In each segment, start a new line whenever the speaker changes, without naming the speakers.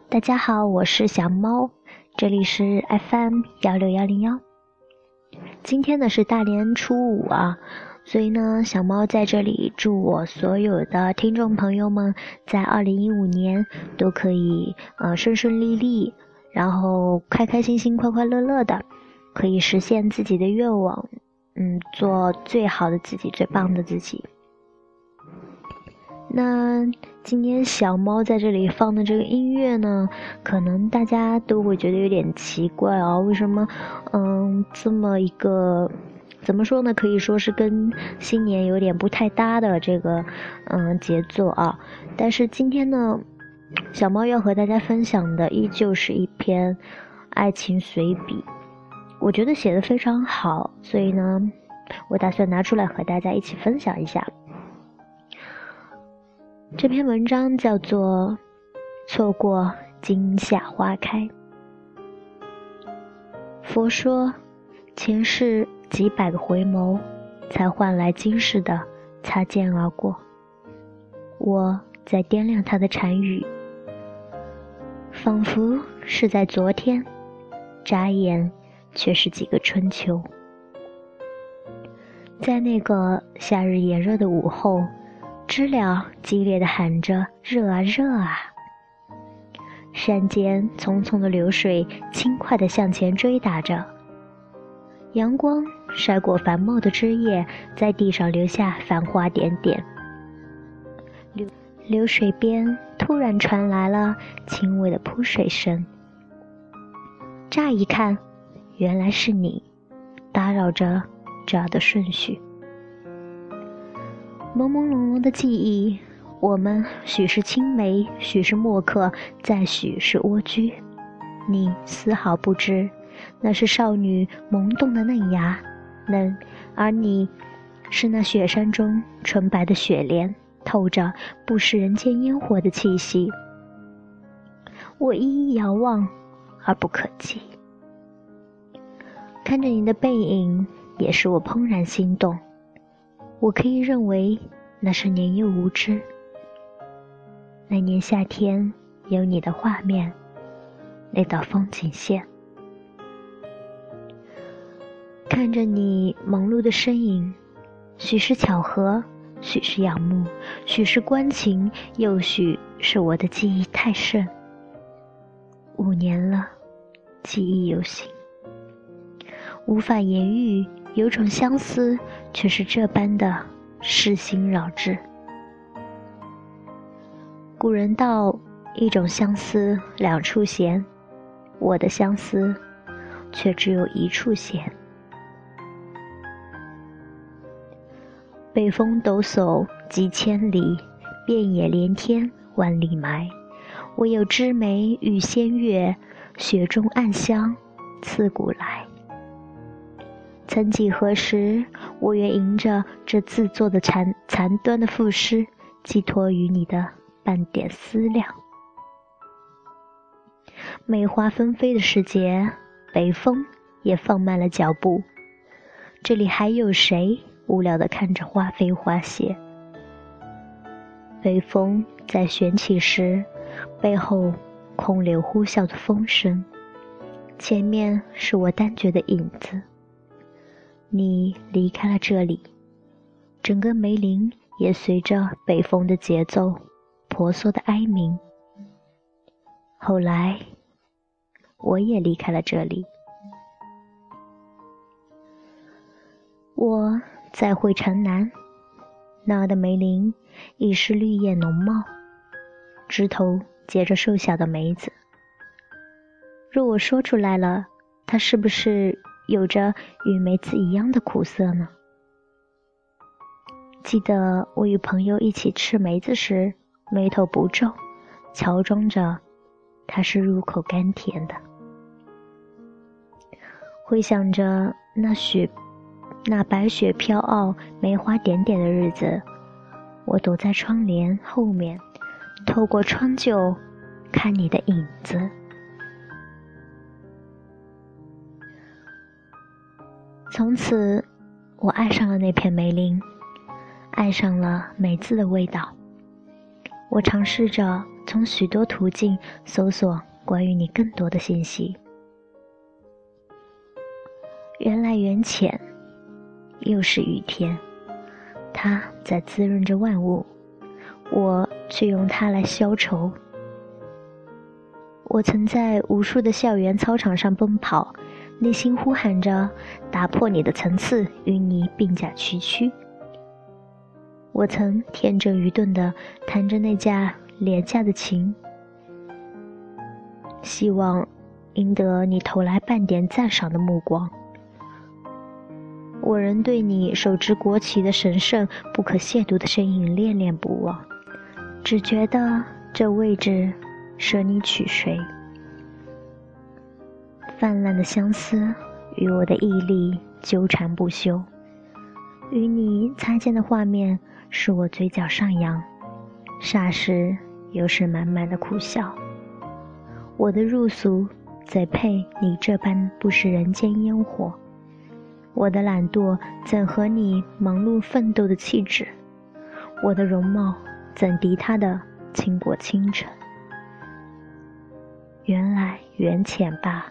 大家好，我是小猫，这里是 FM16101。今天呢是大年初五啊，所以呢小猫在这里祝我所有的听众朋友们在2015年都可以顺顺利利，然后开开心心快快乐乐的，可以实现自己的愿望，做最好的自己，最棒的自己。那今天小猫在这里放的这个音乐呢，可能大家都会觉得有点奇怪啊，为什么这么一个怎么说呢，可以说是跟新年有点不太搭的这个节奏啊。但是今天呢，小猫要和大家分享的依旧是一篇爱情随笔，我觉得写得非常好，所以呢我打算拿出来和大家一起分享一下。这篇文章叫做错过今夏花开。佛说前世几百个回眸，才换来今世的擦肩而过。我在掂量他的禅语，仿佛是在昨天，眨眼却是几个春秋。在那个夏日炎热的午后，知了激烈地喊着热啊热啊，山间匆匆的流水轻快地向前追打着，阳光晒过繁茂的枝叶，在地上留下繁花点点。流水边突然传来了轻微的扑水声，乍一看原来是你打扰着这儿的顺序。朦朦胧胧的记忆，我们许是青梅，许是墨客，再许是蜗居。你丝毫不知，那是少女萌动的嫩芽，而你是那雪山中纯白的雪莲，透着不食人间烟火的气息。我一一遥望，而不可及。看着你的背影，也是我怦然心动。我可以认为那是年幼无知。那年夏天有你的画面，那道风景线。看着你忙碌的身影，许是巧合，许是仰慕，许是关情，又许是我的记忆太深。5年了，记忆犹新，无法言喻，有种相思却是这般的世心扰之。古人道，一种相思两处闲，我的相思却只有一处闲。北风抖擞几千里，遍野连天万里埋。我有枝梅遇仙月，雪中暗香刺骨来。曾几何时，我愿迎着这自作的残端的赋诗，寄托于你的半点思量。梅花纷飞的时节，北风也放慢了脚步。这里还有谁无聊地看着花飞花谢？北风在旋起时，背后空留呼啸的风声，前面是我单绝的影子。你离开了这里，整个梅林也随着北风的节奏婆娑的哀鸣。后来我也离开了这里。我再回城南，那儿的梅林已是绿叶浓茂，枝头结着瘦小的梅子。若我说出来了，它是不是有着与梅子一样的苦涩呢？记得我与朋友一起吃梅子时，眉头不皱，乔装着它是入口甘甜的。回想着那白雪飘傲梅花点点的日子，我躲在窗帘后面，透过窗臼看你的影子。从此我爱上了那片梅林，爱上了梅子的味道。我尝试着从从许多途径搜索关于你更多的信息。缘来缘浅，又是雨天，它在滋润着万物，我却用它来消愁。我曾在无数的校园操场上奔跑，内心呼喊着打破你的层次，与你并驾齐驱。我曾天真愚钝地弹着那架廉价的琴，希望赢得你投来半点赞赏的目光。我仍对你手执国旗的神圣不可亵渎的身影恋恋不忘，只觉得这位置舍你取谁。泛滥的相思与我的毅力纠缠不休，与你擦肩的画面使我嘴角上扬，霎时又是满满的苦笑。我的入俗怎配你这般不食人间烟火？我的懒惰怎和你忙碌奋斗的气质？我的容貌怎敌他的倾国倾城？缘来缘浅吧。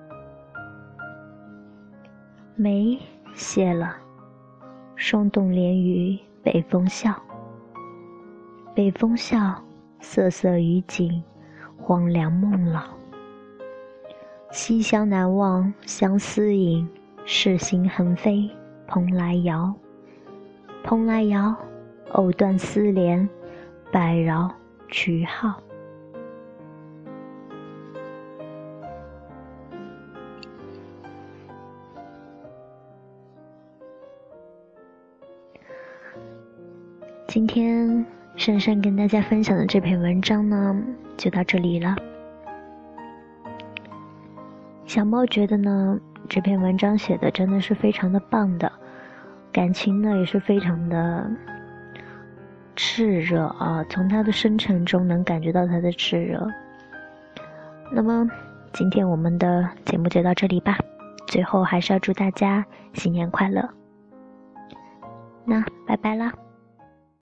眉谢了，霜冻连于北风笑。北风笑，瑟瑟于景，荒凉梦老。西厢难忘相思影，世行横飞蓬莱遥。蓬莱遥，藕断丝连，百绕曲号。今天珊珊跟大家分享的这篇文章呢，就到这里了。小猫觉得呢，这篇文章写的真的是非常的棒的，感情呢也是非常的炽热啊，从它的深沉中能感觉到它的炽热。那么今天我们的节目就到这里吧，最后还是要祝大家新年快乐。那拜拜啦。